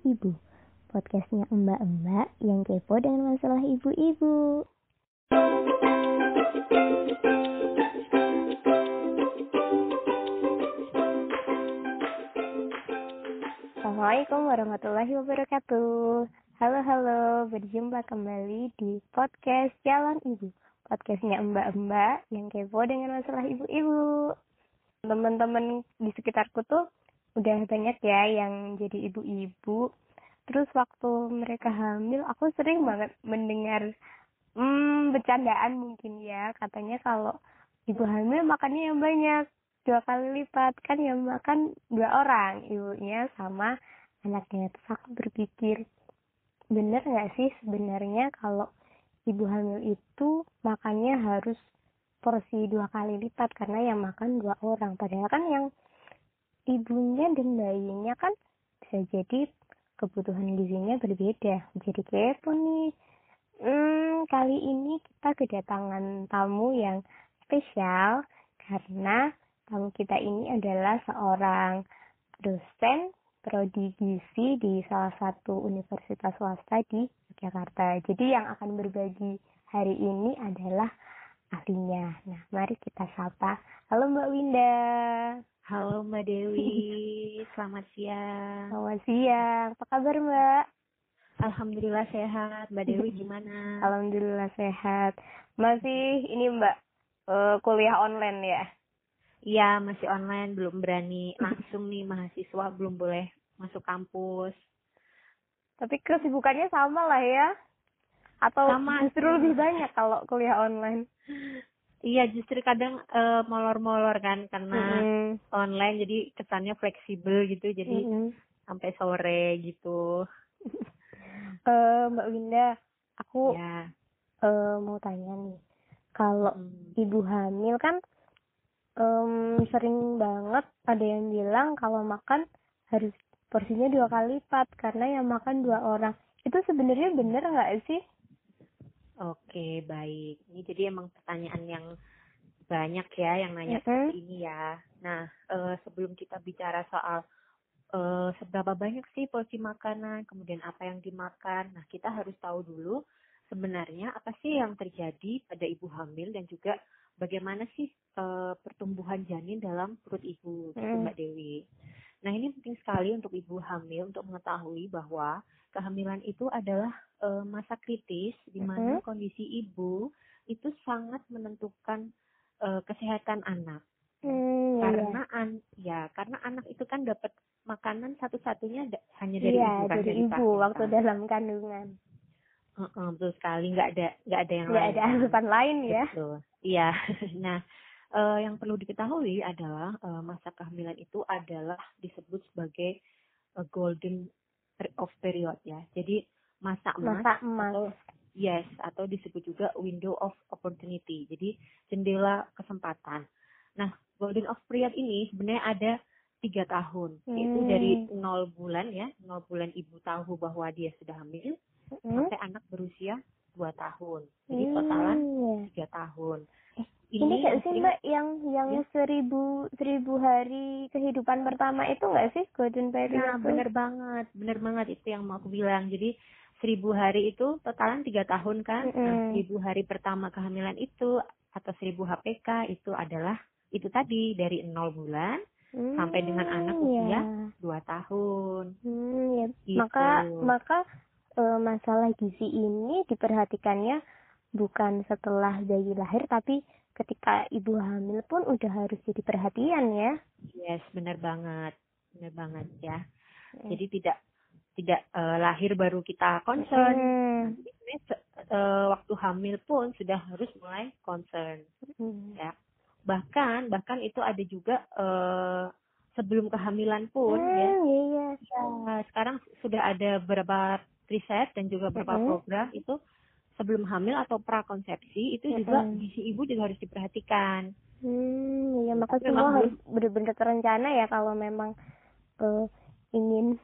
Ibu, podcastnya mbak-mbak yang kepo dengan masalah ibu-ibu. Assalamualaikum warahmatullahi wabarakatuh. Halo, berjumpa kembali di podcast Jalan Ibu, podcastnya mbak-mbak yang kepo dengan masalah ibu-ibu. Teman-teman di sekitarku tuh udah banyak ya yang jadi ibu-ibu. Terus waktu mereka hamil, aku sering banget mendengar bercandaan mungkin ya, katanya kalau ibu hamil makannya yang banyak, 2 kali lipat, kan yang makan 2 orang, ibunya sama anaknya. Terus aku berpikir, bener nggak sih sebenarnya kalau ibu hamil itu makannya harus porsi 2 kali lipat karena yang makan 2 orang, padahal kan yang ibunya dan bayinya kan bisa jadi kebutuhan gizinya berbeda. Jadi kepo nih. Kali ini kita kedatangan tamu yang spesial karena tamu kita ini adalah seorang dosen prodi gizi di salah satu universitas swasta di Yogyakarta. Jadi yang akan berbagi hari ini adalah ahlinya. Nah, mari kita sapa. Halo Mbak Winda. Halo Mbak Dewi, selamat siang. Selamat siang. Apa kabar Mbak? Alhamdulillah sehat. Mbak Dewi gimana? Alhamdulillah sehat. Masih ini Mbak kuliah online ya? Iya, masih online, belum berani langsung nih mahasiswa, belum boleh masuk kampus. Tapi kesibukannya sama lah ya? Atau Sama, justru lebih banyak kalau kuliah online? Iya, justru kadang molor-molor kan karena online, jadi kesannya fleksibel gitu, jadi sampai sore gitu. Mbak Winda, aku Ya. mau tanya nih, kalau ibu hamil kan sering banget ada yang bilang kalau makan harus porsinya 2 kali lipat karena yang makan 2 orang. Itu sebenarnya bener nggak sih? Oke, baik. Ini jadi emang pertanyaan yang banyak ya yang nanya seperti ini ya. Nah, sebelum kita bicara soal seberapa banyak sih porsi makanan, kemudian apa yang dimakan, nah kita harus tahu dulu sebenarnya apa sih yang terjadi pada ibu hamil dan juga bagaimana sih pertumbuhan janin dalam perut ibu, gitu Mbak Dewi. Nah, ini penting sekali untuk ibu hamil untuk mengetahui bahwa kehamilan itu adalah masa kritis di mana kondisi ibu itu sangat menentukan kesehatan anak. Karena anak itu kan dapat makanan satu-satunya hanya dari ibu kan, dari ibu waktu dalam kandungan. Betul sekali, nggak ada yang lain. Nggak ada asupan lain ya. Betul. Iya. Nah, yang perlu diketahui adalah masa kehamilan itu adalah disebut sebagai golden of period ya. Jadi masa emas. Atau disebut juga window of opportunity. Jadi jendela kesempatan. Nah, golden of period ini sebenarnya ada 3 tahun. Yaitu dari 0 bulan ya, 0 bulan ibu tahu bahwa dia sudah hamil, sampai anak berusia 2 tahun. Jadi totalan 3 tahun. Ini nggak sih Mbak yang 1000 hari kehidupan pertama itu nggak sih golden period? Nah, bener banget itu yang mau aku bilang. Jadi 1000 hari itu totalan 3 tahun kan. Nah, 1000 hari pertama kehamilan itu atau 1000 HPK itu adalah itu tadi dari 0 bulan sampai dengan anak usia 2 tahun. Gitu. Maka masalah gizi ini diperhatikannya bukan setelah bayi lahir, tapi ketika ibu hamil pun udah harus jadi perhatian ya. Yes, benar banget ya. Jadi tidak lahir baru kita concern. Jadi sebenarnya waktu hamil pun sudah harus mulai concern. Ya. Bahkan itu ada juga sebelum kehamilan pun ya. Sekarang sudah ada beberapa riset dan juga beberapa program itu sebelum hamil atau prakonsepsi itu juga gizi ibu juga harus diperhatikan. Maka semua harus benar-benar terencana ya kalau memang ingin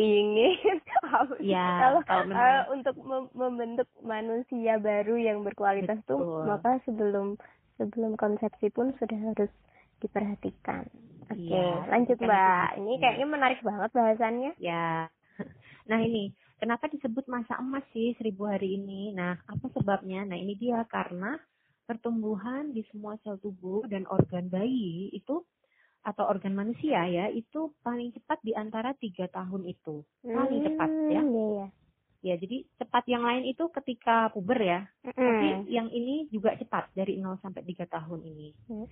kalau untuk membentuk manusia baru yang berkualitas tuh, maka sebelum konsepsi pun sudah harus diperhatikan. Oke, lanjut Mbak. Ini kayaknya menarik banget bahasannya. Ya. Nah ini, kenapa disebut masa emas sih 1000 hari ini? Nah, apa sebabnya? Nah ini dia, karena pertumbuhan di semua sel tubuh dan organ bayi itu atau organ manusia ya, itu paling cepat di antara 3 tahun itu. Paling cepat ya. Iya. Ya, jadi cepat yang lain itu ketika puber ya. Tapi yang ini juga cepat dari 0 sampai 3 tahun ini.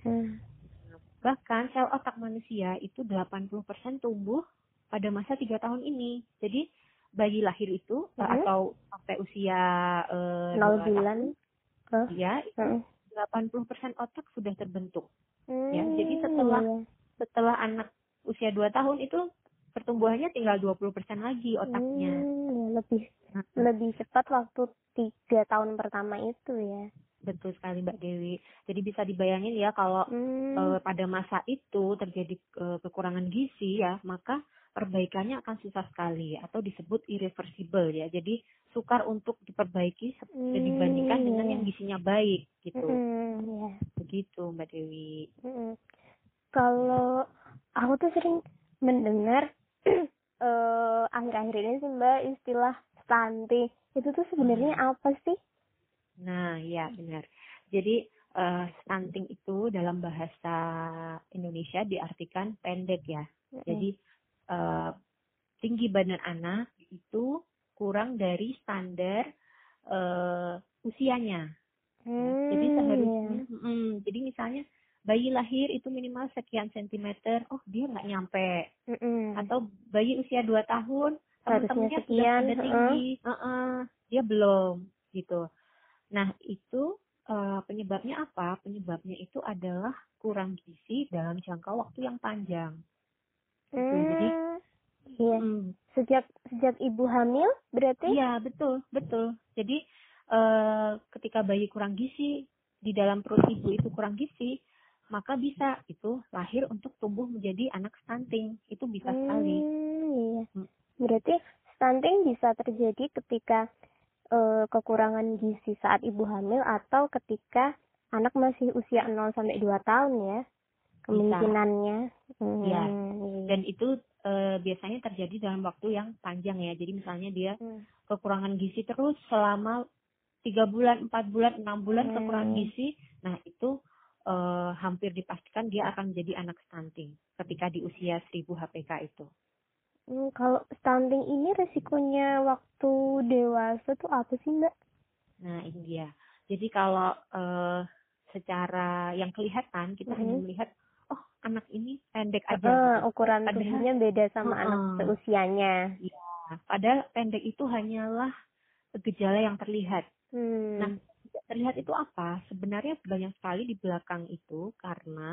Bahkan sel otak manusia itu 80% tumbuh pada masa 3 tahun ini. Jadi bayi lahir itu atau sampai usia 2 tahun, ya, itu 80% otak sudah terbentuk. Ya, jadi setelah anak usia 2 tahun itu pertumbuhannya tinggal 20% lagi otaknya. Lebih cepat waktu 3 tahun pertama itu ya. Betul sekali Mbak Dewi. Jadi bisa dibayangin ya kalau pada masa itu terjadi kekurangan gizi ya, maka perbaikannya akan susah sekali atau disebut irreversible ya. Jadi sukar untuk diperbaiki dibandingkan dengan yang gizinya baik gitu. Begitu Mbak Dewi. Kalau aku tuh sering mendengar akhir-akhir ini sih Mbak istilah stunting. Itu tuh sebenarnya apa sih? Nah, ya benar. Jadi stunting itu dalam bahasa Indonesia diartikan pendek ya. Jadi tinggi badan anak itu kurang dari standar usianya. Jadi seharusnya, jadi misalnya bayi lahir itu minimal sekian sentimeter, oh dia nggak nyampe. Atau bayi usia 2 tahun, teman-temannya sudah pada tinggi, dia belum gitu. Nah itu penyebabnya apa? Penyebabnya itu adalah kurang gizi dalam jangka waktu yang panjang. Gitu. Jadi sejak ibu hamil berarti? Iya betul. Jadi ketika bayi kurang gizi, di dalam perut ibu itu kurang gizi, maka bisa itu lahir untuk tumbuh menjadi anak stunting. Itu bisa sekali. Iya. Berarti stunting bisa terjadi ketika kekurangan gizi saat ibu hamil atau ketika anak masih usia 0 sampai 2 tahun ya. Kemungkinannya. Iya. Dan itu biasanya terjadi dalam waktu yang panjang ya. Jadi misalnya dia kekurangan gizi terus selama 3 bulan, 4 bulan, 6 bulan kekurangan gizi. Nah itu hampir dipastikan dia akan menjadi anak stunting ketika di usia 1000 HPK itu. Kalau stunting ini resikonya waktu dewasa tuh apa sih Mbak? Nah ini dia. Jadi kalau secara yang kelihatan kita hanya melihat oh anak ini pendek aja. Gitu. Ukuran tubuhnya beda sama anak seusianya. Ya, padahal pendek itu hanyalah gejala yang terlihat. Nah, terlihat itu apa? Sebenarnya banyak sekali di belakang itu karena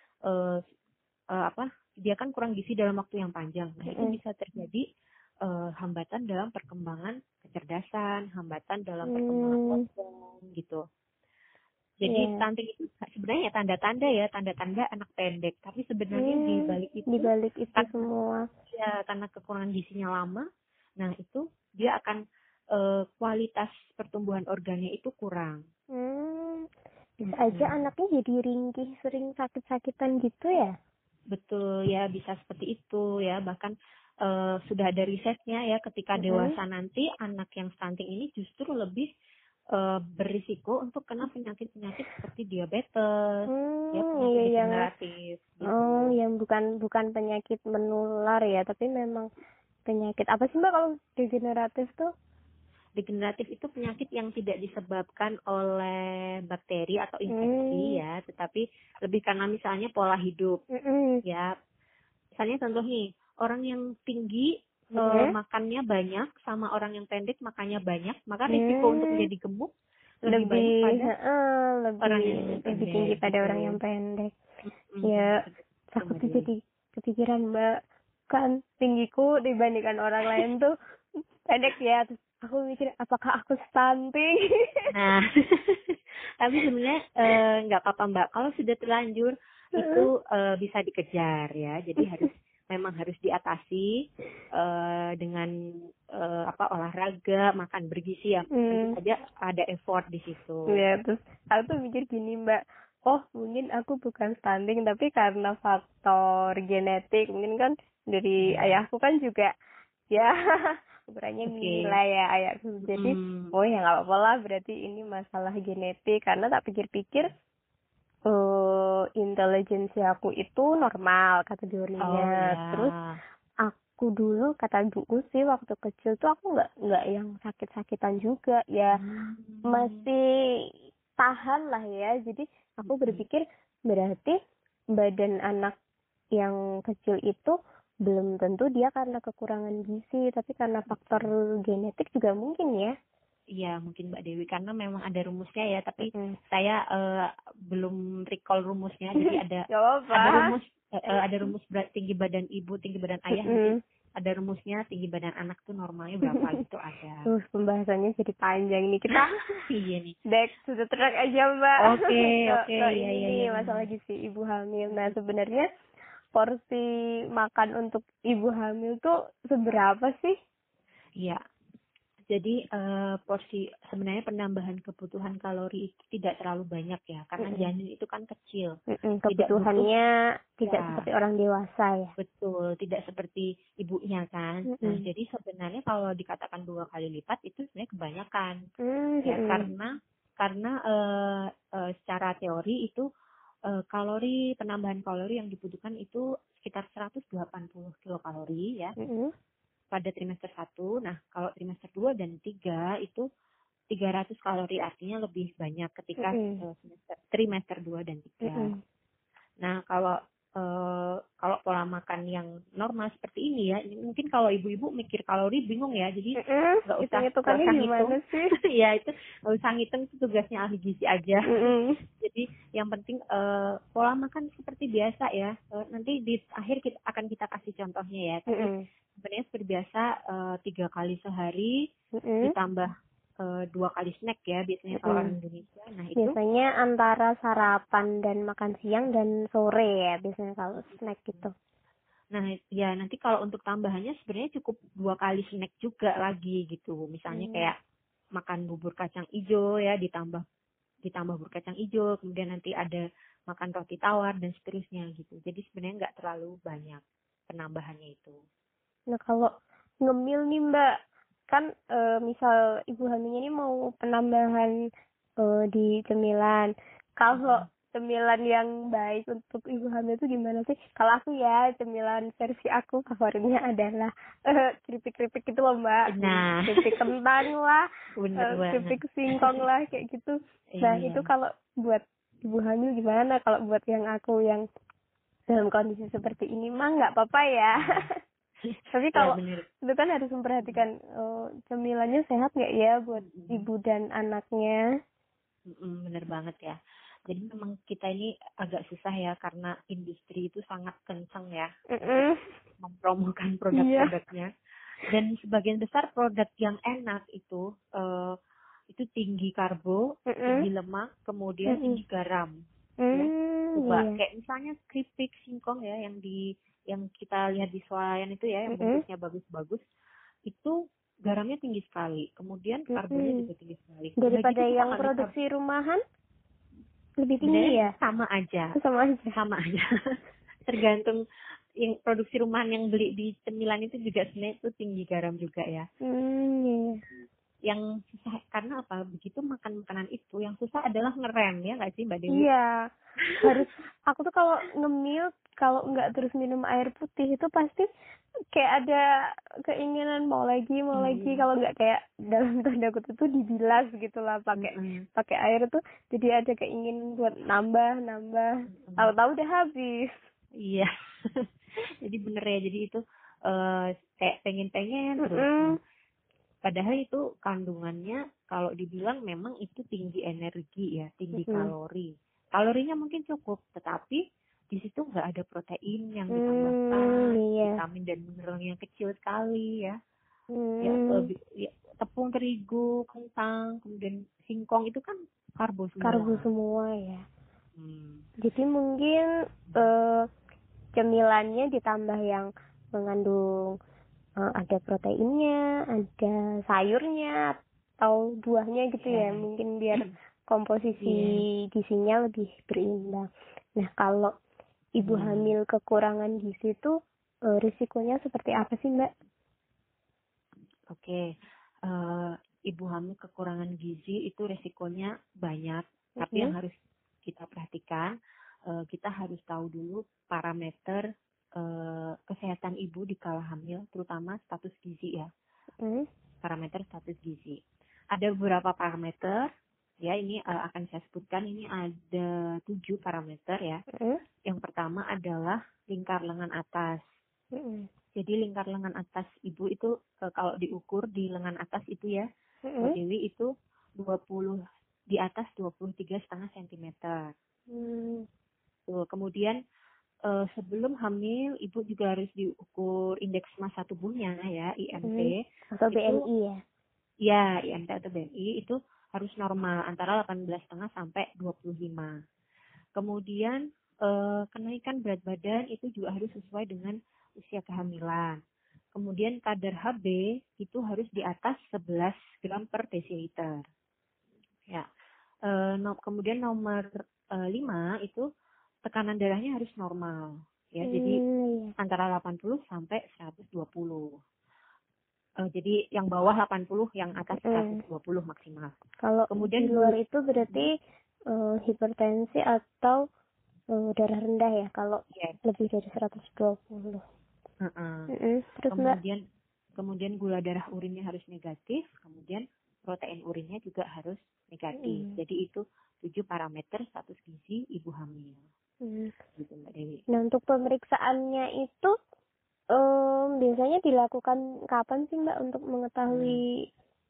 dia kan kurang gizi dalam waktu yang panjang. Nah, itu bisa terjadi hambatan dalam perkembangan kecerdasan, hambatan dalam perkembangan organ gitu. Jadi stunting itu sebenarnya tanda-tanda anak pendek. Tapi sebenarnya di balik itu semua. Ya, karena kekurangan gizinya lama. Nah, itu dia akan kualitas pertumbuhan organnya itu kurang. Bisa aja anaknya jadi ringkih, sering sakit-sakitan gitu ya? Betul ya, bisa seperti itu ya. Bahkan sudah ada risetnya ya, ketika dewasa nanti anak yang stunting ini justru lebih berisiko untuk kena penyakit-penyakit seperti diabetes, ya penyakit degeneratif. Gitu. Yang bukan penyakit menular ya, tapi memang penyakit apa sih Mbak kalau degeneratif tuh? Degeneratif itu penyakit yang tidak disebabkan oleh bakteri atau infeksi ya, tetapi lebih karena misalnya pola hidup. Ya, misalnya contoh nih, orang yang tinggi makannya banyak sama orang yang pendek makannya banyak, maka risiko untuk menjadi gemuk lebih banyak pada orang yang lebih tinggi pada orang yang pendek. Ya, aku tuh jadi kepikiran Mbak, kan tinggiku dibandingkan orang lain tuh pendek ya. Terus aku mikir apakah aku stunting? Nah, tapi sebenarnya nggak apa-apa Mbak. Kalau sudah terlanjur itu bisa dikejar ya. Jadi memang harus diatasi dengan olahraga, makan bergizi ya. Tentu saja ada effort di situ. Ya, terus aku tuh mikir gini Mbak, oh mungkin aku bukan stunting tapi karena faktor genetik, mungkin kan dari ayahku kan juga ya ukurannya mini lah ya ayahku. Jadi oh ya nggak apa-apa lah, berarti ini masalah genetik. Karena tak pikir-pikir intelijensi aku itu normal kategorinya. Terus aku dulu kata ibuku sih waktu kecil tuh aku nggak yang sakit-sakitan juga ya, masih tahan lah ya. Jadi aku berpikir berarti badan anak yang kecil itu belum tentu dia karena kekurangan gizi, tapi karena faktor genetik juga mungkin ya. Iya, mungkin Mbak Dewi, karena memang ada rumusnya ya, tapi saya belum recall rumusnya. Jadi ada rumus berat tinggi badan ibu, tinggi badan ayah, nanti ada rumusnya tinggi badan anak tuh normalnya berapa gitu ada. Pembahasannya jadi panjang nih kita. Iya nih. Dek, sudah terang aja Mbak. Oke. Ini masalah gizi ibu hamil. Nah sebenarnya porsi makan untuk ibu hamil tuh seberapa sih? Iya. Jadi porsi sebenarnya penambahan kebutuhan kalori itu tidak terlalu banyak ya, karena janin itu kan kecil. Kebutuhannya tidak seperti orang dewasa ya. Betul, tidak seperti ibunya kan. Nah, jadi sebenarnya kalau dikatakan 2 kali lipat itu sebenarnya kebanyakan. Ya karena secara teori itu penambahan kalori yang dibutuhkan itu sekitar 180 kilokalori ya. Pada trimester 1. Nah, kalau trimester 2 dan 3 itu 300 kalori, artinya lebih banyak ketika trimester 2 dan 3. Nah, kalau pola makan yang normal seperti ini ya, mungkin kalau ibu-ibu mikir kalori bingung ya, jadi nggak usah ngitung. Ya, itu nggak usah ngitung, itu tugasnya ahli gizi aja. Jadi yang penting pola makan seperti biasa ya. Nanti di akhir akan kita kasih contohnya ya. Tapi sebenarnya seperti biasa 3 kali sehari ditambah 2 kali snack ya biasanya kalau orang Indonesia. Nah, itu biasanya antara sarapan dan makan siang dan sore ya biasanya kalau snack gitu. Nah, ya nanti kalau untuk tambahannya sebenarnya cukup 2 kali snack juga lagi gitu. Misalnya kayak makan bubur kacang hijau ya, ditambah bubur kacang hijau, kemudian nanti ada makan roti tawar dan seterusnya gitu. Jadi sebenarnya nggak terlalu banyak penambahannya itu. Nah, kalau ngemil nih Mbak, kan misal ibu hamilnya ini mau penambahan di cemilan. Kalau cemilan yang baik untuk ibu hamil itu gimana sih? Kalau aku ya, cemilan versi aku favoritnya adalah keripik-keripik itu loh Mbak. Nah, keripik kentang lah, keripik singkong lah kayak gitu. Nah, itu kalau buat ibu hamil gimana? Kalau buat yang aku yang dalam kondisi seperti ini mah nggak apa-apa ya. Tapi kalau itu kan harus memperhatikan cemilannya sehat nggak ya buat ibu dan anaknya. Bener banget ya. Jadi memang kita ini agak susah ya karena industri itu sangat kencang ya mempromokan produk-produknya. Dan sebagian besar produk yang enak itu tinggi karbo, tinggi lemak, kemudian tinggi garam. Ya. Coba kayak misalnya keripik singkong ya yang kita lihat di swalayan itu ya, yang bentuknya bagus-bagus, itu garamnya tinggi sekali, kemudian karbonya juga tinggi sekali. Daripada yang produksi rumahan lebih tinggi ya? Sama aja. Tergantung yang produksi rumahan yang beli di cemilan itu juga sebenarnya itu tinggi garam juga ya. Yang susah karena apa? Begitu makan makanan itu, yang susah adalah ngerem ya nggak sih Mbak Dewi? Iya. Harus aku tuh kalau ngemil kalau nggak terus minum air putih itu pasti kayak ada keinginan mau lagi kalau nggak kayak dalam tanda kutip tuh dibilas gitulah pakai air tuh, jadi ada keinginan buat nambah tahu-tahu udah habis. Iya. Jadi bener ya, jadi itu kayak pengen terus. Padahal itu kandungannya kalau dibilang memang itu tinggi energi ya, tinggi kalori. Kalorinya mungkin cukup, tetapi di situ nggak ada protein yang ditambahkan, vitamin dan mineral yang kecil sekali ya. Tepung terigu, kentang, kemudian singkong itu kan karbo semua ya. Jadi mungkin cemilannya ditambah yang mengandung ada proteinnya, ada sayurnya atau buahnya gitu ya, mungkin biar komposisi gizinya lebih berimbang. Nah, kalau ibu hamil kekurangan gizi itu risikonya seperti apa sih Mbak? Oke. Ibu hamil kekurangan gizi itu resikonya banyak, tapi yang harus kita perhatikan, kita harus tahu dulu parameter kesehatan ibu di kala hamil, terutama status gizi ya. Parameter status gizi. Ada beberapa parameter, ya ini akan saya sebutkan, ini ada 7 parameter ya. Yang pertama adalah lingkar lengan atas. Jadi lingkar lengan atas ibu itu kalau diukur di lengan atas itu ya, Mbak Dewi itu 20 di atas 23,5 cm. Kemudian sebelum hamil ibu juga harus diukur indeks massa tubuhnya ya, IMT atau BMI ya. Ya, IMT atau BMI itu harus normal antara 18,5 sampai 25. Kemudian kenaikan berat badan itu juga harus sesuai dengan usia kehamilan. Kemudian kadar Hb itu harus di atas 11 gram per desiliter. Ya. Kemudian nomor 5 itu tekanan darahnya harus normal. Ya, jadi antara 80 sampai 120. Jadi yang bawah 80, yang atas 120 maksimal. Kalau kemudian di luar itu berarti hipertensi atau darah rendah ya, kalau lebih dari 120. Terus kemudian gula darah urinnya harus negatif, kemudian protein urinnya juga harus negatif. Jadi itu 7 parameter status gizi ibu hamil. Gitu Mbak Dewi. Nah, untuk pemeriksaannya itu biasanya dilakukan kapan sih Mbak untuk mengetahui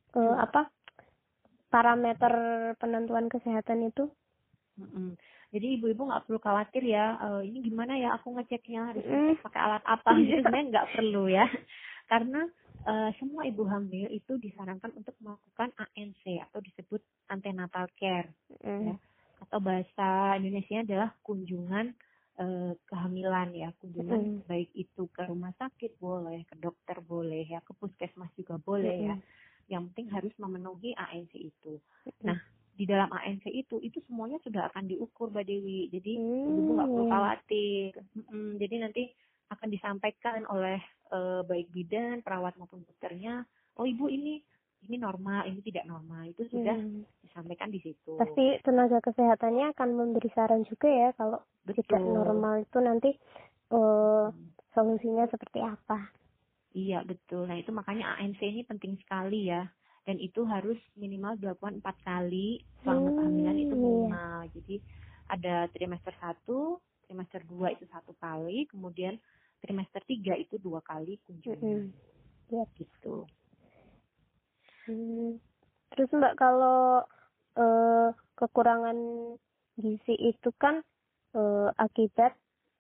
parameter penentuan kesehatan itu? Jadi ibu-ibu nggak perlu khawatir ya, ini gimana ya aku ngeceknya, harus pakai alat apa? Sebenarnya nggak perlu ya, karena semua ibu hamil itu disarankan untuk melakukan ANC atau disebut antenatal care, ya. Atau bahasa Indonesianya adalah kunjungan kehamilan ya, kunjungan baik itu ke rumah sakit boleh, ke dokter boleh ya, ke puskesmas juga boleh ya. Yang penting harus memenuhi ANC itu. Nah, di dalam ANC itu semuanya sudah akan diukur Mbak Dewi. Jadi ibu nggak perlu khawatir. Jadi nanti akan disampaikan oleh baik bidan, perawat maupun dokternya. Oh ibu ini normal, ini tidak normal. Itu sudah disampaikan di situ. Pasti tenaga kesehatannya akan memberi saran juga ya kalau tidak normal itu nanti solusinya seperti apa. Iya betul. Nah itu makanya ANC ini penting sekali ya. Dan itu harus minimal dilakukan 4 kali selama kehamilan itu minimal. Jadi ada trimester 1, trimester 2 itu 1 kali, kemudian trimester 3 itu 2 kali kunjungan. Gitu. Terus Mbak, kalau kekurangan gizi itu kan akibat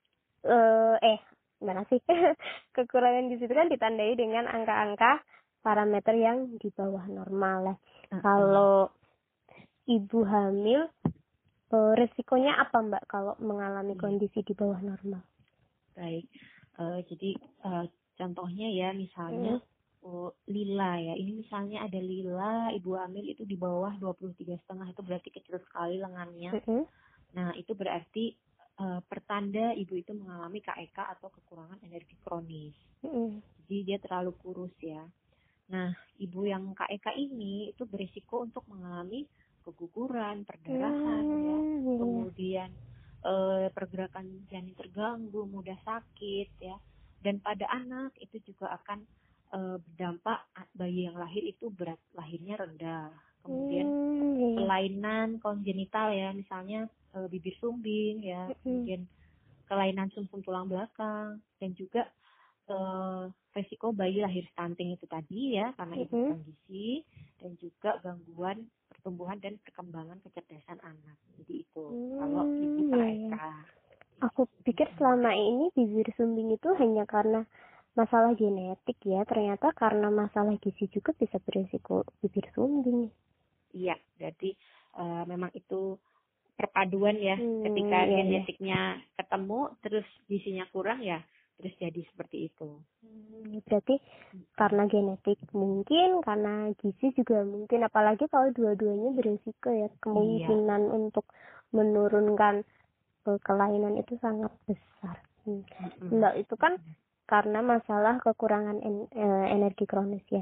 kekurangan gizi itu kan ditandai dengan angka-angka parameter yang di bawah normal lah. Kalau ibu hamil, resikonya apa Mbak kalau mengalami kondisi di bawah normal? Baik, jadi contohnya ya misalnya lila ya. Ini misalnya ada lila, ibu hamil itu di bawah 23,5, itu berarti kecil sekali lengannya. Nah itu berarti pertanda ibu itu mengalami KEK atau kekurangan energi kronis. Jadi dia terlalu kurus ya. Nah, ibu yang KEK ini itu berisiko untuk mengalami keguguran, perdarahan, ya. Kemudian pergerakan janin terganggu, mudah sakit, ya. Dan pada anak itu juga akan berdampak bayi yang lahir itu berat lahirnya rendah. Kemudian kelainan kongenital ya, misalnya bibir sumbing, ya. Kemudian kelainan sumsum tulang belakang, dan juga resiko bayi lahir stunting itu tadi ya, karena ibu kurang gizi, dan juga gangguan pertumbuhan dan perkembangan kecerdasan anak. Jadi itu kalau ibu KEK. Aku pikir selama ini bibir sumbing itu hanya karena masalah genetik ya, ternyata karena masalah gizi juga bisa berisiko bibir sumbing. Iya, berarti memang itu perpaduan ya, ketika genetiknya ketemu terus gizinya kurang ya, terus jadi seperti itu. Berarti karena genetik mungkin, karena gizi juga mungkin, apalagi kalau dua-duanya berisiko ya, kemungkinan untuk menurunkan kelainan itu sangat besar. Mbak, itu kan karena masalah kekurangan energi kronis ya.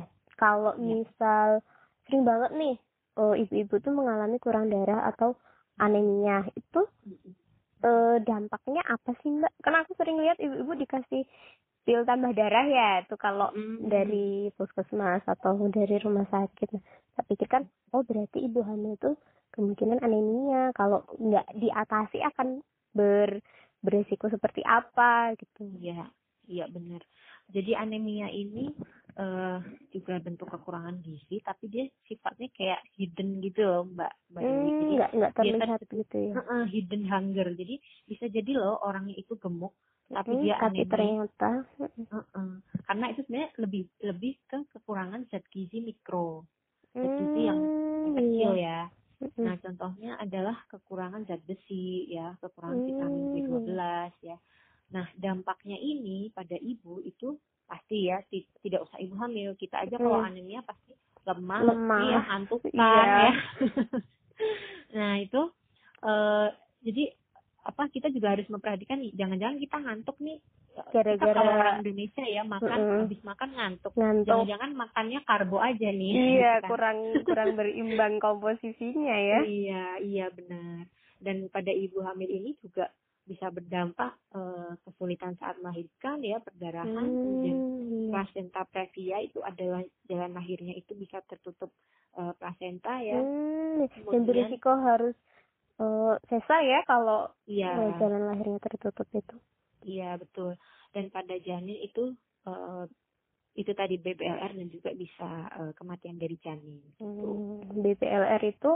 Kalau misal sering banget nih ibu-ibu tuh mengalami kurang darah atau anemia, itu dampaknya apa sih Mbak? Karena aku sering lihat ibu-ibu dikasih pil tambah darah ya, itu kalau dari puskesmas atau dari rumah sakit. Nah, saya pikir kan, oh berarti ibu hamil itu kemungkinan anemia. Kalau nggak diatasi akan beresiko seperti apa gitu. Iya benar. Jadi anemia ini juga bentuk kekurangan gizi, tapi dia sifatnya kayak hidden gitu loh, Mbak Dewi. Jadi nggak terlihat gitu ya. Hidden hunger. Jadi bisa jadi loh orangnya itu gemuk, tapi dia tapi anemia. Ternyata karena itu sebenarnya lebih ke kekurangan zat gizi mikro, zat gizi yang kecil ya. Nah, contohnya adalah kekurangan zat besi ya, kekurangan vitamin B12 ya. Nah, dampaknya ini pada ibu itu pasti ya, tidak usah ibu hamil, kita aja kalau anemia pasti lemah. Ya, ngantukan ya. Nah, itu jadi kita juga harus memperhatikan nih, jangan-jangan kita ngantuk nih. Kita kalau orang Indonesia ya habis makan ngantuk. Jangan-jangan makannya karbo aja nih. Iya, gitu kan. kurang berimbang komposisinya ya. Iya benar. Dan pada ibu hamil ini juga bisa berdampak kesulitan saat melahirkan ya, perdarahan, kemudian placenta previa itu adalah jalan lahirnya itu bisa tertutup placenta ya. Dan berisiko harus sesar ya kalau jalan lahirnya tertutup itu. Iya betul. Dan pada janin itu tadi BPLR dan juga bisa kematian dari janin. Gitu. BPLR itu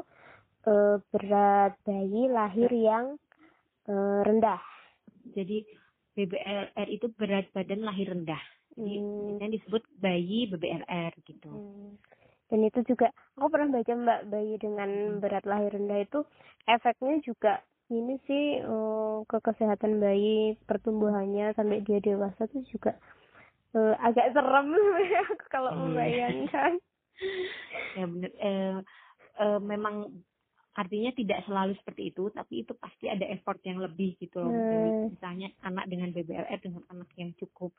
berat bayi lahir yang rendah. Jadi BPLR itu berat badan lahir rendah. Jadi yang disebut bayi BPLR gitu. Dan itu juga aku pernah baca Mbak, bayi dengan berat lahir rendah itu efeknya juga ini sih ke kesehatan bayi, pertumbuhannya sampai dia dewasa tuh juga agak serem aku kalau membayangkan. Ya benar. Memang artinya tidak selalu seperti itu, tapi itu pasti ada effort yang lebih gitu loh. Misalnya anak dengan BBLR dengan anak yang cukup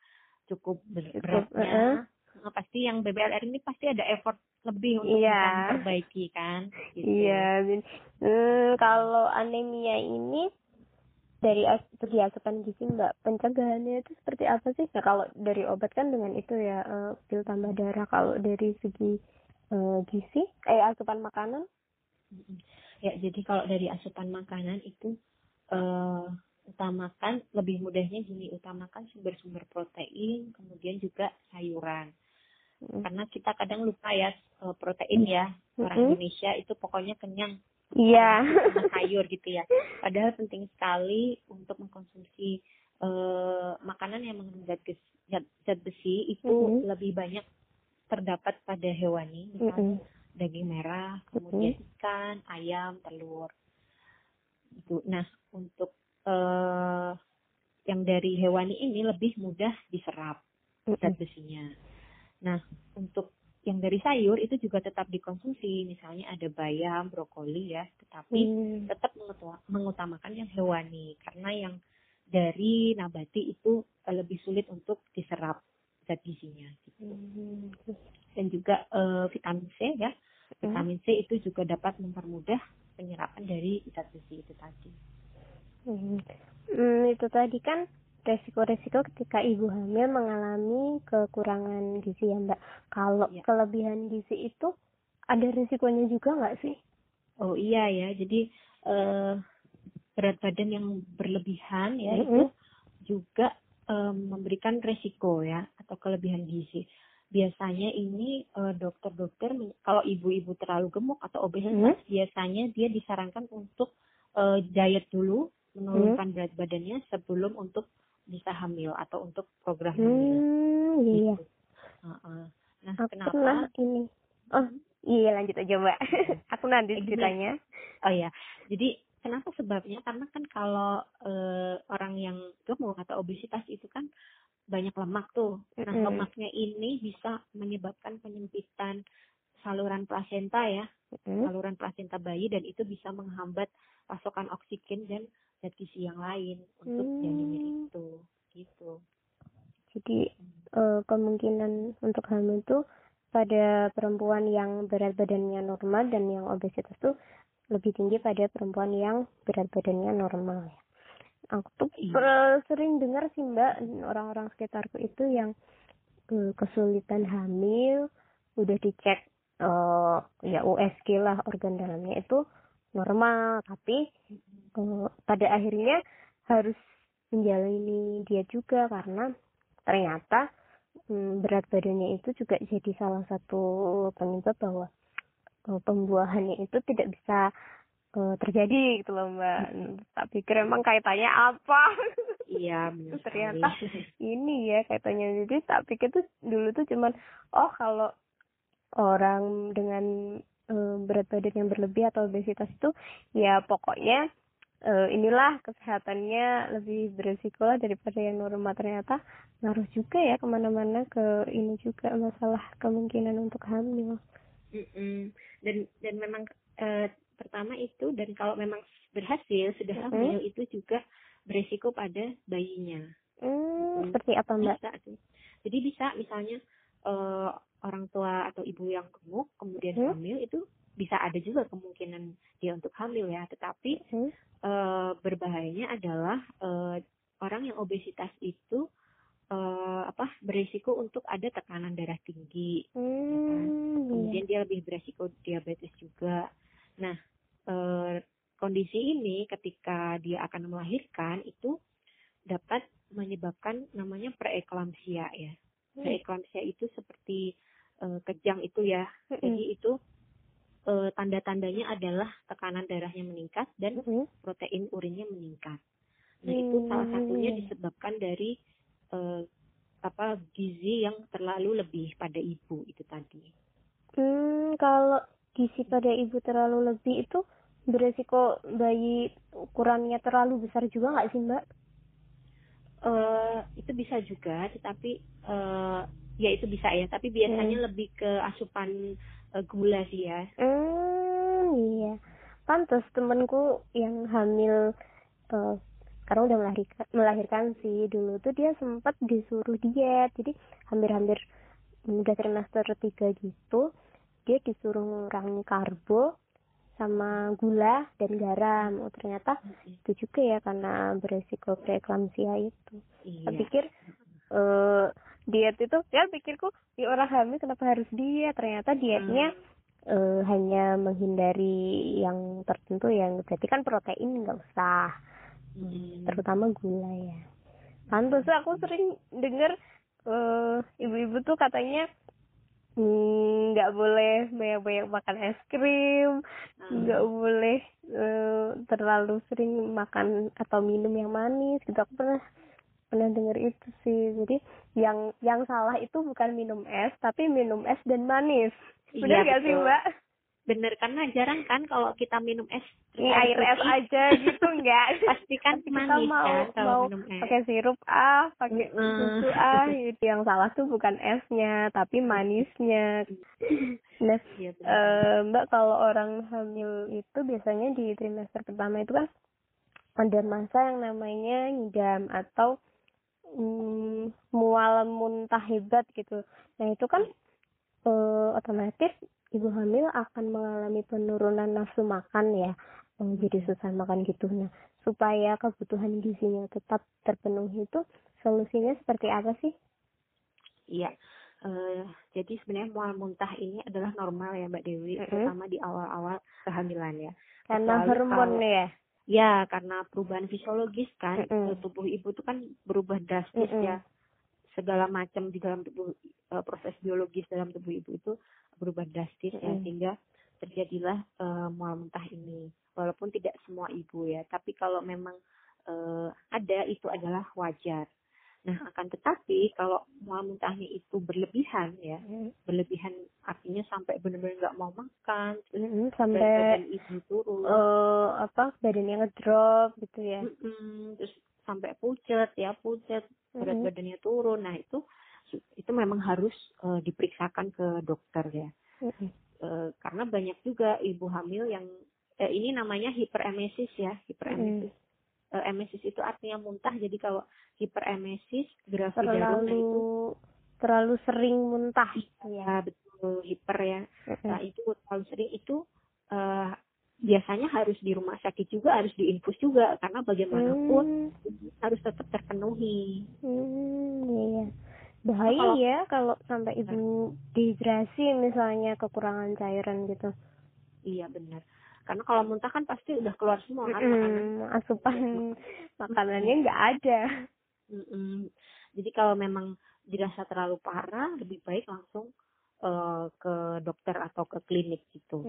beratnya, pasti yang BBLR ini pasti ada effort lebih untuk bisa memperbaiki kan. Gitu. Iya. Kalau anemia ini dari segi asupan gizi Mbak, pencegahannya itu seperti apa sih? Nah, kalau dari obat kan dengan itu ya pil tambah darah. Kalau dari segi gizi, asupan makanan? Ya, jadi kalau dari asupan makanan itu utamakan, lebih mudahnya gini, utamakan sumber-sumber protein, kemudian juga sayuran. Karena kita kadang lupa ya protein ya, orang Indonesia itu pokoknya kenyang. Iya. Sama sayur gitu ya. Padahal penting sekali untuk mengkonsumsi makanan yang mengandung zat besi itu lebih banyak terdapat pada hewani, misalnya daging merah, kemudian ikan, ayam, telur. Itu. Nah, untuk yang dari hewani ini lebih mudah diserap zat besinya. Nah, untuk yang dari sayur itu juga tetap dikonsumsi, misalnya ada bayam, brokoli ya, tetapi tetap mengutamakan yang hewani karena yang dari nabati itu lebih sulit untuk diserap zat gizinya. Gitu. Dan juga vitamin C ya, vitamin C itu juga dapat mempermudah penyerapan dari zat besi itu tadi. Itu tadi kan resiko-resiko ketika ibu hamil mengalami kekurangan gizi ya Mbak. Kalau kelebihan gizi itu ada resikonya juga nggak sih? Oh iya ya, jadi berat badan yang berlebihan ya itu juga memberikan resiko ya atau kelebihan gizi. Biasanya ini dokter-dokter kalau ibu-ibu terlalu gemuk atau obesitas biasanya dia disarankan untuk diet dulu, menurunkan berat badannya sebelum untuk bisa hamil atau untuk program hamil. Iya. Gitu. Nah, aku kenapa? Pernah ini. Oh, iya lanjut aja Mbak. Aku nanti ceritanya. Oh ya, jadi kenapa sebabnya? Karena kan kalau orang yang gemuk atau obesitas itu kan banyak lemak tuh. Nah, lemaknya ini bisa menyebabkan penyempitan saluran plasenta ya, saluran plasenta bayi, dan itu bisa menghambat pasokan oksigen dan zat gizi yang lain untuk janinnya itu, gitu. Jadi kemungkinan untuk hamil itu pada perempuan yang berat badannya normal dan yang obesitas tuh lebih tinggi pada perempuan yang berat badannya normal ya. Aku tuh sering dengar sih Mbak, orang-orang sekitarku itu yang kesulitan hamil, udah dicek ya USG lah, organ dalamnya itu normal, tapi pada akhirnya harus menjalani diet juga karena ternyata berat badannya itu juga jadi salah satu penyebab bahwa pembuahannya itu tidak bisa terjadi gitu loh Mbak. Tak pikir emang kaitannya apa. Iya, benar Ternyata sekali. ini ya kaitannya. Jadi tak pikir tuh dulu tuh cuman kalau orang dengan berat badan yang berlebih atau obesitas itu ya pokoknya inilah kesehatannya lebih beresiko lah daripada yang normal. Ternyata ngaruh juga ya kemana-mana, ke ini juga masalah kemungkinan untuk hamil. Dan memang pertama itu, dan kalau memang berhasil sudah hamil itu juga beresiko pada bayinya. Seperti apa Mbak? Bisa sih. Jadi bisa misalnya orang tua atau ibu yang gemuk kemudian hamil, itu bisa ada juga kemungkinan dia untuk hamil ya. Tetapi berbahayanya adalah orang yang obesitas itu berisiko untuk ada tekanan darah tinggi, ya kan? Kemudian dia lebih berisiko diabetes juga. Nah, kondisi ini ketika dia akan melahirkan itu dapat menyebabkan namanya preeklamsia ya. Preeklamsia itu seperti kejang itu ya. Jadi itu tanda-tandanya adalah tekanan darahnya meningkat dan protein urinnya meningkat. Nah, itu salah satunya disebabkan dari gizi yang terlalu lebih pada ibu itu tadi. Kalau gizi pada ibu terlalu lebih itu beresiko bayi ukurannya terlalu besar juga nggak sih Mbak? Itu bisa juga, tetapi ya itu bisa ya, tapi biasanya lebih ke asupan gula sih ya. Iya, pantas temanku yang hamil sekarang udah melahirkan sih, dulu tuh dia sempat disuruh diet, jadi hampir udah trimester 3 gitu, dia disuruh ngurangi karbo sama gula dan garam. Ternyata itu juga ya karena beresiko preeklamsia itu. Saya pikir diet itu, ya pikirku di orang hamil kenapa harus diet, ternyata dietnya hanya menghindari yang tertentu, yang berarti kan protein nggak usah, terutama gula ya. Pantes aku sering dengar ibu-ibu tuh katanya nggak boleh banyak-banyak makan es krim, nggak boleh terlalu sering makan atau minum yang manis gitu. Aku pernah dengar itu sih. Jadi yang salah itu bukan minum es, tapi minum es dan manis. Benar nggak sih Mbak? Bener, karena jarang kan kalau kita minum es air es aja gitu, enggak. Pasti kan manis kan kalau minum es. Pakai sirup pakai susu gitu. Yang salah tuh bukan esnya tapi manisnya. Nah, Mbak, kalau orang hamil itu biasanya di trimester pertama itu kan ada masa yang namanya ngidam atau mual muntah hebat gitu. Nah, itu kan otomatis ibu hamil akan mengalami penurunan nafsu makan ya, jadi susah makan gitu. Nah, supaya kebutuhan gizinya tetap terpenuhi itu solusinya seperti apa sih? Iya, jadi sebenarnya mual muntah ini adalah normal ya Mbak Dewi, terutama di awal-awal kehamilan ya. Karena hormon ya? Ya, karena perubahan fisiologis kan, tubuh ibu itu kan berubah drastis ya. Segala macam di dalam tubuh, proses biologis dalam tubuh ibu itu berubah drastis ya, sehingga terjadilah mual muntah ini. Walaupun tidak semua ibu ya, tapi kalau memang ada, itu adalah wajar. Nah, akan tetapi kalau mual muntahnya itu berlebihan ya, berlebihan artinya sampai benar-benar nggak mau makan, sampai badan ibu turun, badannya ngedrop gitu ya, terus sampai pucat, berat badannya turun. Nah, itu memang harus diperiksakan ke dokter ya. Karena banyak juga ibu hamil yang ini namanya hiperemesis ya, hiperemesis. Emesis itu artinya muntah. Jadi kalau hiperemesis, gravidarum itu terlalu sering muntah ya, betul. hiper ya. Nah itu kalau sering itu biasanya harus di rumah sakit juga, harus diinfus juga, karena bagaimanapun harus tetap terpenuhi. Iya. Bahaya ya kalau sampai ibu dehidrasi misalnya, kekurangan cairan gitu. Iya benar. Karena kalau muntah kan pasti udah keluar semua kan asupan makanannya nggak ada. Jadi kalau memang dirasa terlalu parah, lebih baik langsung ke dokter atau ke klinik gitu.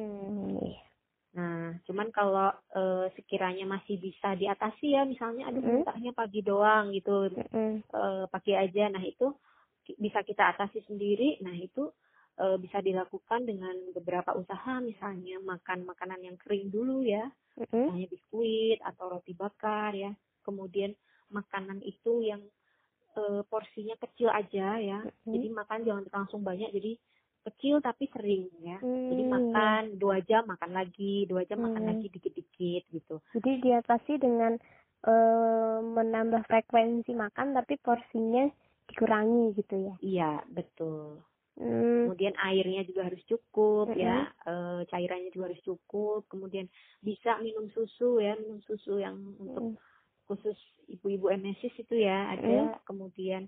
Nah, cuman kalau sekiranya masih bisa diatasi ya, misalnya aduh muntahnya pagi doang gitu, pagi aja, nah itu bisa kita atasi sendiri. Nah itu bisa dilakukan dengan beberapa usaha, misalnya makan makanan yang kering dulu ya, misalnya biskuit atau roti bakar ya, kemudian makanan itu yang porsinya kecil aja ya, jadi makan jangan langsung banyak, jadi kecil tapi sering ya. Jadi makan 2 jam makan lagi, 2 jam makan lagi dikit-dikit gitu. Jadi diatasi dengan menambah frekuensi makan tapi porsinya dikurangi gitu ya. Iya, betul. Kemudian airnya juga harus cukup ya, cairannya juga harus cukup. Kemudian bisa minum susu ya, minum susu yang untuk khusus ibu-ibu emesis itu ya ada. Kemudian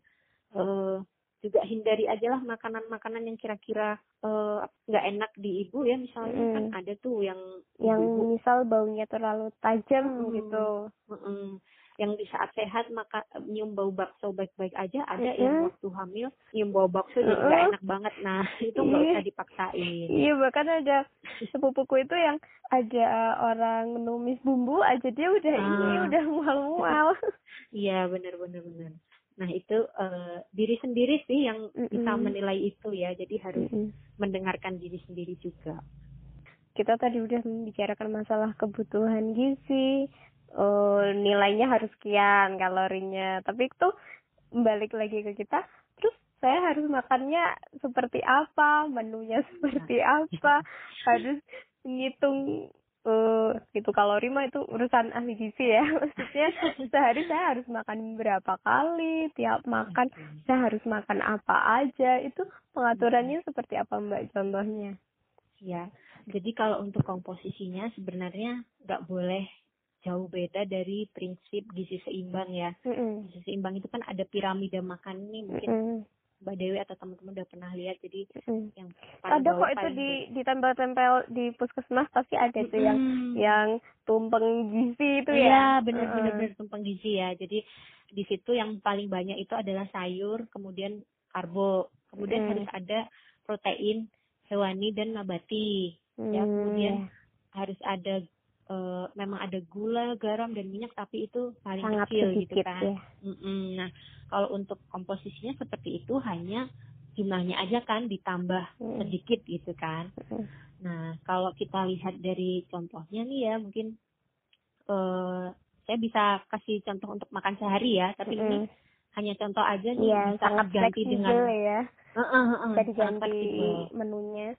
juga hindari aja lah makanan-makanan yang kira-kira nggak enak di ibu ya, misalnya kan ada tuh yang ibu-ibu misal baunya terlalu tajam gitu. Yang di saat sehat maka nyium bau bakso baik-baik aja, ada yang waktu hamil nyium bau bakso jadi nggak enak banget. Nah itu nggak usah dipaksain. Iya, bahkan ada sepupuku itu yang ada orang numis bumbu aja dia udah udah mual-mual. Iya benar. Nah itu diri sendiri sih yang bisa menilai itu ya, jadi harus mendengarkan diri sendiri juga. Kita tadi udah membicarakan masalah kebutuhan gizi, nilainya harus sekian kalorinya, tapi itu balik lagi ke kita, terus saya harus makannya seperti apa, menunya seperti apa, harus ngitung itu kalori mah itu urusan ahli gizi ya. Maksudnya sehari saya harus makan berapa kali, tiap makan saya harus makan apa aja, itu pengaturannya seperti apa Mbak contohnya? Ya, jadi kalau untuk komposisinya sebenarnya nggak boleh jauh beda dari prinsip gizi seimbang ya. Gizi seimbang itu kan ada piramida makan nih, mungkin Mbak Dewi atau teman-teman udah pernah lihat. Jadi yang paling ada bawah, kok itu ditempel-tempel di puskesmas pasti ada tuh yang tumpeng gizi itu ya. Iya, benar tumpeng gizi ya. Jadi di situ yang paling banyak itu adalah sayur, kemudian karbo, kemudian harus ada protein hewani dan nabati. Ya, kemudian harus ada memang ada gula, garam dan minyak, tapi itu paling sangat kecil sedikit, gitu kan. Ya. Nah, kalau untuk komposisinya seperti itu, hanya jumlahnya aja kan ditambah sedikit gitu kan. Nah, kalau kita lihat dari contohnya nih ya, mungkin saya bisa kasih contoh untuk makan sehari ya, tapi ini hanya contoh aja nih, ya, bisa ganti dengan ya. Bisa diganti menunya.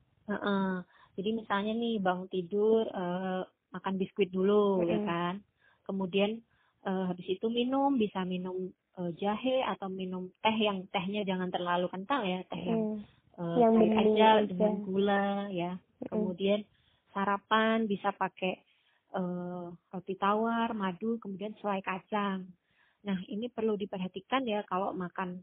Jadi misalnya nih bangun tidur makan biskuit dulu ya kan, kemudian habis itu bisa minum jahe atau minum teh, yang tehnya jangan terlalu kental ya, teh yang cair aja dengan gula ya. Kemudian sarapan bisa pakai roti tawar, madu, kemudian selai kacang. Nah ini perlu diperhatikan ya, kalau makan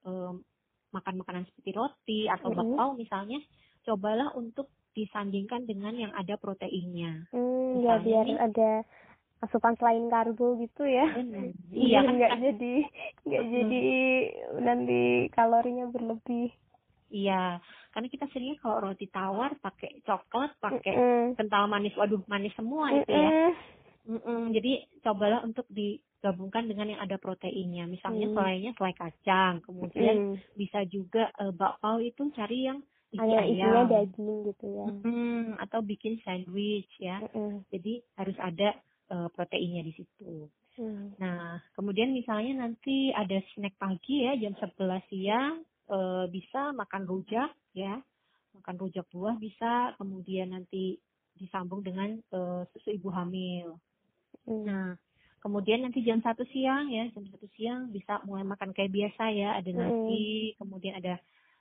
makanan seperti roti atau bakpao misalnya, cobalah untuk disandingkan dengan yang ada proteinnya. Ya biar ada asupan selain karbo gitu ya. Iya kan, nggak jadi nanti kalorinya berlebih. Iya, karena kita seringnya kalau roti tawar pakai coklat, pakai kental manis, waduh manis semua itu ya. Jadi cobalah untuk digabungkan dengan yang ada proteinnya, misalnya selai kacang, kemudian bisa juga bakpao itu cari yang isinya daging gitu ya. Atau bikin sandwich ya. Jadi harus ada proteinnya di situ. Nah, kemudian misalnya nanti ada snack pagi ya, jam 11 siang bisa makan rujak ya. Makan rujak buah bisa, kemudian nanti disambung dengan susu ibu hamil. Nah, kemudian nanti jam 1 siang ya, jam 1 siang bisa mulai makan kayak biasa ya, ada nasi, kemudian ada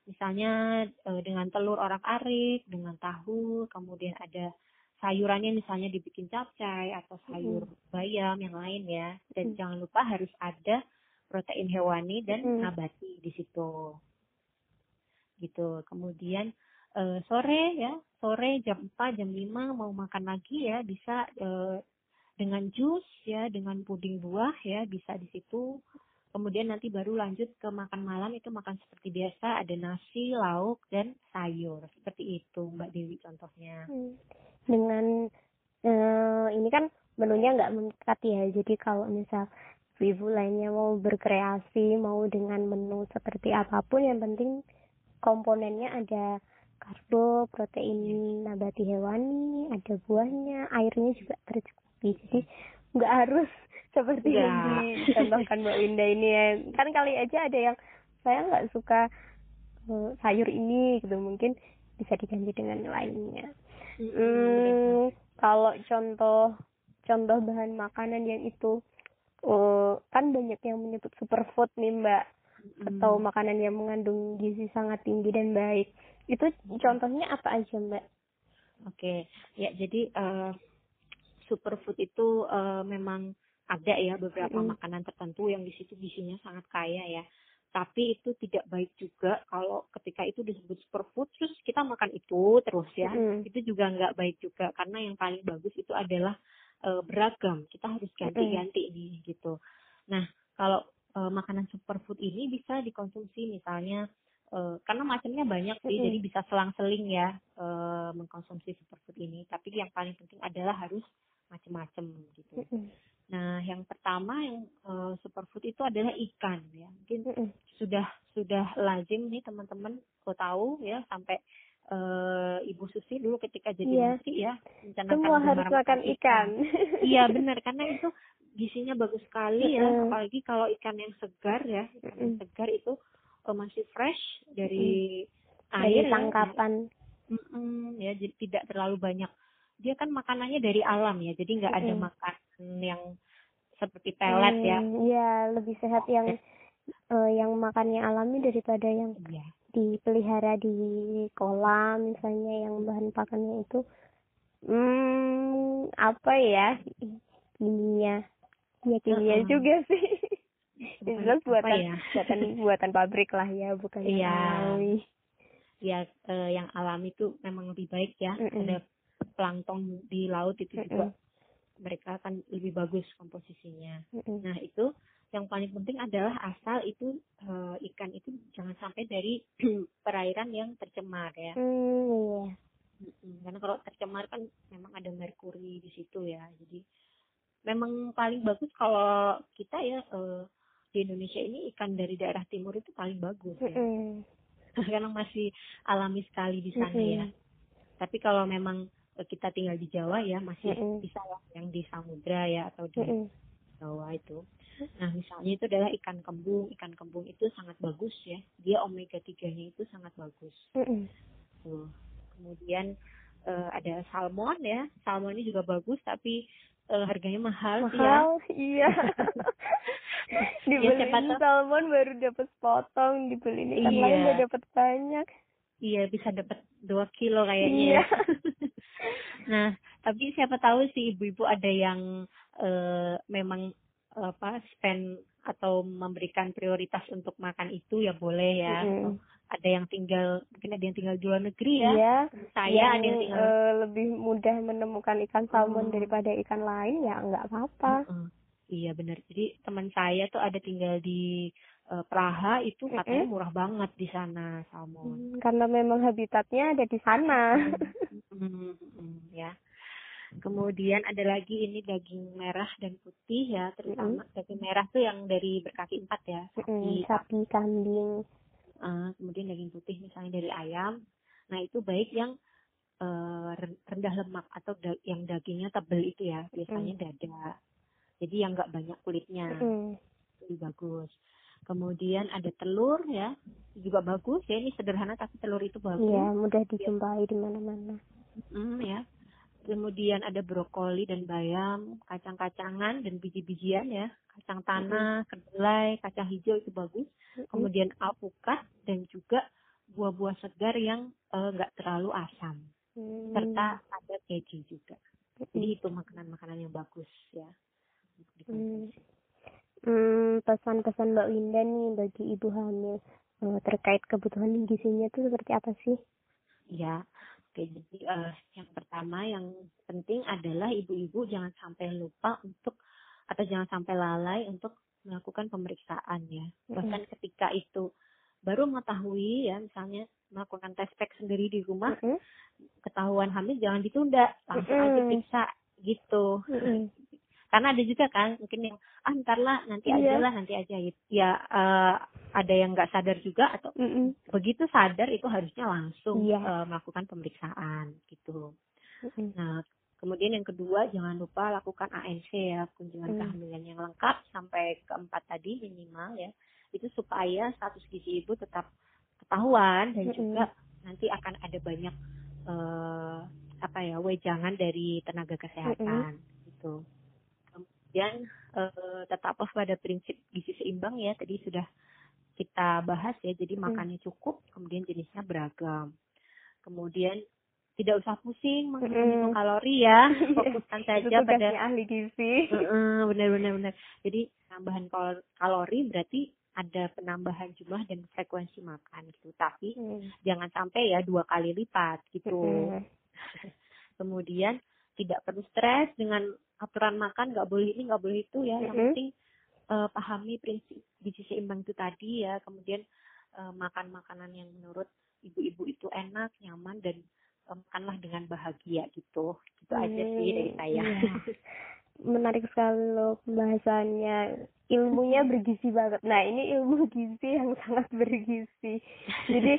misalnya dengan telur orak-arik, dengan tahu, kemudian ada sayurannya misalnya dibikin capcay atau sayur bayam yang lain ya. Dan jangan lupa harus ada protein hewani dan nabati di situ. Gitu. Kemudian sore jam 4, jam 5 mau makan lagi ya, bisa dengan jus ya, dengan puding buah ya, bisa di situ. Kemudian nanti baru lanjut ke makan malam, itu makan seperti biasa, ada nasi, lauk, dan sayur. Seperti itu Mbak Dewi contohnya. Dengan ini kan menunya nggak mengikat ya, jadi kalau misal ibu lainnya mau berkreasi, mau dengan menu seperti apapun, yang penting komponennya ada karbo, protein nabati hewani, ada buahnya, airnya juga tercukupi. Jadi nggak harus seperti yang dicontohkan Mbak Winda ini ya. Kan kali aja ada yang saya nggak suka sayur ini gitu, mungkin bisa diganti dengan lainnya. Kalau contoh bahan makanan yang itu kan banyak yang menyebut superfood nih Mbak, atau makanan yang mengandung gizi sangat tinggi dan baik. Itu contohnya apa aja Mbak? Oke, ya jadi superfood itu memang ada ya beberapa makanan tertentu yang di situ gizinya sangat kaya ya. Tapi itu tidak baik juga kalau ketika itu disebut superfood terus kita makan itu terus ya. Itu juga nggak baik juga, karena yang paling bagus itu adalah beragam. Kita harus ganti-ganti nih gitu. Nah, kalau makanan superfood ini bisa dikonsumsi misalnya karena macamnya banyak sih, jadi bisa selang-seling ya mengkonsumsi superfood ini. Tapi yang paling penting adalah harus macam-macam gitu. Nah, yang pertama yang superfood itu adalah ikan ya. Mungkin sudah lazim nih teman-teman tahu ya, sampai Ibu Susi dulu ketika jadi menteri ya mencanangkan semua harus makan ikan. Iya benar, karena itu gizinya bagus sekali ya, apalagi kalau ikan yang segar ya, ikan yang segar itu masih fresh dari air, tangkapan. Ya, jadi tidak terlalu banyak. Dia kan makanannya dari alam ya, jadi nggak ada makan yang seperti pelet ya. Iya, lebih sehat yang makannya alami daripada yang dipelihara di kolam misalnya, yang bahan pakannya itu apa ya, kimia juga sih. Jelas buatan pabrik lah ya, bukan yang alami. Ya, yang alami itu memang lebih baik ya. Ada plankton di laut itu juga mereka akan lebih bagus komposisinya. Nah, itu yang paling penting adalah asal itu ikan itu jangan sampai dari perairan yang tercemar ya. Karena kalau tercemar kan memang ada merkuri di situ ya. Jadi memang paling bagus kalau kita ya di Indonesia ini ikan dari daerah timur itu paling bagus ya. Karena masih alami sekali di sana ya. Tapi kalau memang kita tinggal di Jawa ya masih bisa ya yang di samudra ya atau di Jawa itu. Nah, misalnya itu adalah ikan kembung. Ikan kembung itu sangat bagus ya. Dia omega 3-nya itu sangat bagus. Kemudian ada salmon ya. Salmon ini juga bagus tapi harganya mahal sih ya. Iya. Dibeliin salmon baru dapat sepotong, dibeliin ikan lain udah dapat banyak. Iya, bisa dapat 2 kilo kayaknya. Iya. Nah, tapi siapa tahu sih ibu-ibu ada yang memang spend atau memberikan prioritas untuk makan itu ya boleh ya. Ada yang mungkin ada yang tinggal di luar negeri ya. Iya, Saya ada yang tinggal lebih mudah menemukan ikan salmon daripada ikan lain ya nggak apa-apa. Iya benar. Jadi teman saya tuh ada tinggal di Praha, itu katanya murah banget di sana salmon. Karena memang habitatnya ada di sana. Ya. Kemudian ada lagi ini daging merah dan putih ya, terutama daging merah tuh yang dari berkaki 4 ya, sapi, kambing. Kemudian daging putih misalnya dari ayam. Nah, itu baik yang rendah lemak atau yang dagingnya tebal itu ya, biasanya dada. Jadi yang nggak banyak kulitnya, lebih bagus. Kemudian ada telur ya, juga bagus ya, ini sederhana tapi telur itu bagus. Iya, mudah dijumpai di mana-mana. Ya. Kemudian ada brokoli dan bayam, kacang-kacangan dan biji-bijian ya, kacang tanah, kedelai, kacang hijau itu bagus. Kemudian alpukat dan juga buah-buah segar yang nggak terlalu asam, serta ada keju juga. Jadi itu makanan-makanan yang bagus ya untuk dikonsumsi. Pesan-pesan Mbak Winda nih bagi ibu hamil terkait kebutuhan gizinya itu seperti apa sih? Ya, oke. Jadi yang pertama yang penting adalah ibu-ibu jangan sampai lupa untuk atau jangan sampai lalai untuk melakukan pemeriksaan ya. Bahkan ketika itu baru mengetahui ya, misalnya melakukan tes pack sendiri di rumah, ketahuan hamil jangan ditunda, langsung aja periksa gitu. Karena ada juga kan mungkin yang ntarlah nanti aja lah nanti aja gitu. Ya ada yang nggak sadar juga atau begitu sadar itu harusnya langsung melakukan pemeriksaan gitu. Nah kemudian yang kedua jangan lupa lakukan ANC ya, kunjungan kehamilan yang lengkap sampai keempat tadi minimal ya, itu supaya status gizi ibu tetap ketahuan dan juga nanti akan ada banyak wejangan dari tenaga kesehatan gitu. Kemudian tetaplah pada prinsip gizi seimbang ya, tadi sudah kita bahas ya, jadi makannya cukup, kemudian jenisnya beragam. Kemudian tidak usah pusing menghitung kalori ya, fokuskan saja pada ahli gizi. Benar. Jadi penambahan kalori berarti ada penambahan jumlah dan frekuensi makan gitu, tapi jangan sampai ya 2 kali lipat gitu. Kemudian tidak perlu stres dengan aturan makan, nggak boleh ini, nggak boleh itu ya. Yang penting pahami prinsip gizi seimbang itu tadi ya. Kemudian makan makanan yang menurut ibu-ibu itu enak, nyaman, dan makanlah dengan bahagia gitu. Gitu aja sih dari saya. Menarik sekali loh pembahasannya. Ilmunya bergizi banget. Nah, ini ilmu gizi yang sangat bergizi. Jadi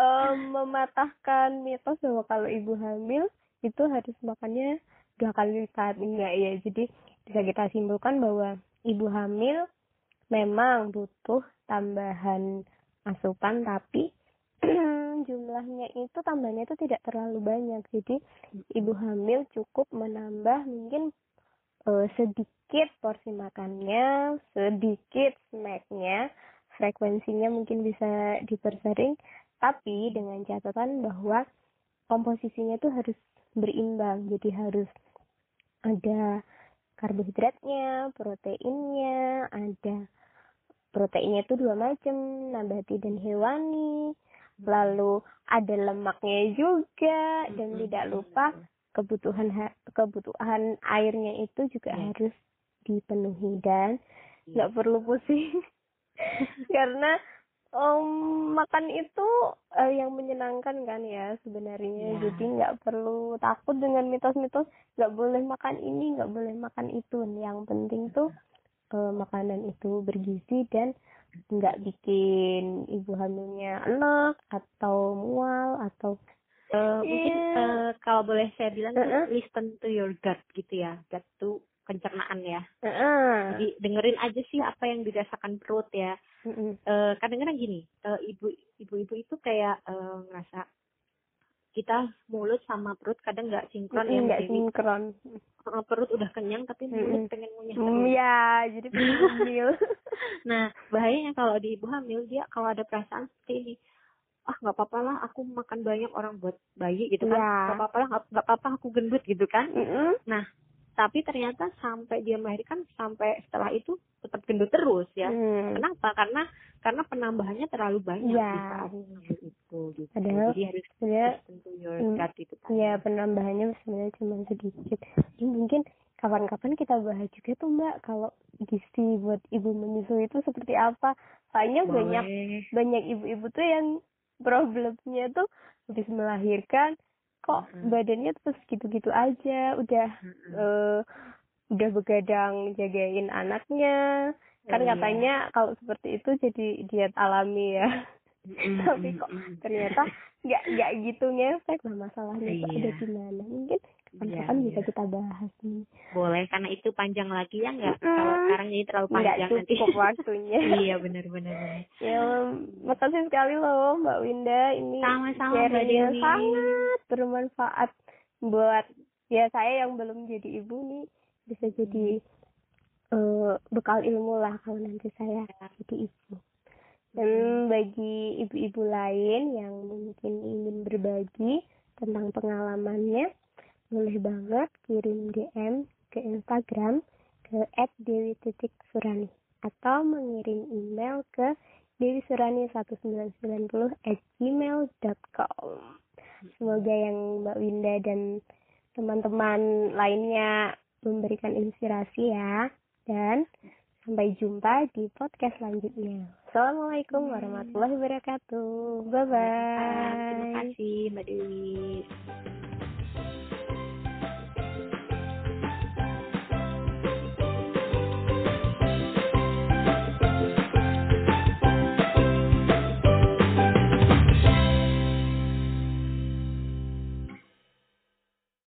mematahkan mitos bahwa kalau ibu hamil itu harus makannya 2 kali lipat. Enggak ya. Jadi bisa kita simpulkan bahwa ibu hamil memang butuh tambahan asupan, tapi jumlahnya itu tambahnya itu tidak terlalu banyak. Jadi ibu hamil cukup menambah mungkin sedikit porsi makannya, sedikit snacknya, frekuensinya mungkin bisa dipersering, tapi dengan catatan bahwa komposisinya itu harus berimbang. Jadi harus ada karbohidratnya, proteinnya, ada proteinnya itu 2 macam, nabati dan hewani, lalu ada lemaknya juga, dan tidak lupa kebutuhan airnya itu juga harus dipenuhi, dan nggak perlu pusing karena makan itu yang menyenangkan kan ya sebenarnya. Jadi nggak perlu takut dengan mitos-mitos nggak boleh makan ini, nggak boleh makan itu. Yang penting tuh makanan itu bergizi dan nggak bikin ibu hamilnya enak atau mual atau mungkin kalau boleh saya bilang listen to your gut gitu ya. Gut tuh pencernaan ya. Jadi dengerin aja sih apa yang dirasakan perut ya. Kadang-kadang gini, ibu-ibu itu kayak ngerasa kita mulut sama perut kadang nggak sinkron ya. Nggak sinkron. Perut udah kenyang tapi mulut pengen ngunyah terus. Iya, jadi pengen ngemil. Nah, bahayanya kalau di ibu hamil dia kalau ada perasaan seperti ini, nggak apa-apa lah aku makan banyak, orang buat bayi gitu kan, nggak apa-apa lah, nggak apa-apa aku gendut gitu kan. Nah, tapi ternyata sampai dia melahirkan, sampai setelah itu tetap gendut terus ya. Kenapa? Karena penambahannya terlalu banyak di saat hamil itu gitu. Padahal, jadi harus tentu your gut itu tadi. Iya, penambahannya sebenarnya cuma sedikit. Mungkin kapan-kapan kita bahas juga tuh Mbak, kalau gizi buat ibu menyusui itu seperti apa. Soalnya banyak ibu-ibu tuh yang problemnya tuh habis melahirkan kok badannya terus gitu-gitu aja, udah begadang jagain anaknya. Kan katanya kalau seperti itu jadi diet alami ya. Tapi kok ternyata nggak gitu ngefek. Nah, masalahnya itu ada di mana? Mungkin kapan-kapan bisa kita bahas nih. Boleh, karena itu panjang lagi ya nggak? Kalau sekarang ini terlalu panjang nggak cukup nanti. Waktunya. Iya benar. Ya, makasih sekali loh Mbak Winda, ini sharingnya sangat bermanfaat buat ya saya yang belum jadi ibu nih, bisa jadi bekal ilmu lah kalau nanti saya jadi ibu. Dan bagi ibu-ibu lain yang mungkin ingin berbagi tentang pengalamannya, boleh banget kirim DM ke Instagram ke @dewi.surani atau mengirim email ke dewisurani1990@gmail.com. Semoga yang Mbak Winda dan teman-teman lainnya memberikan inspirasi ya. Dan sampai jumpa di podcast selanjutnya. Assalamualaikum warahmatullahi wabarakatuh. Bye-bye. Terima kasih Mbak Dewi.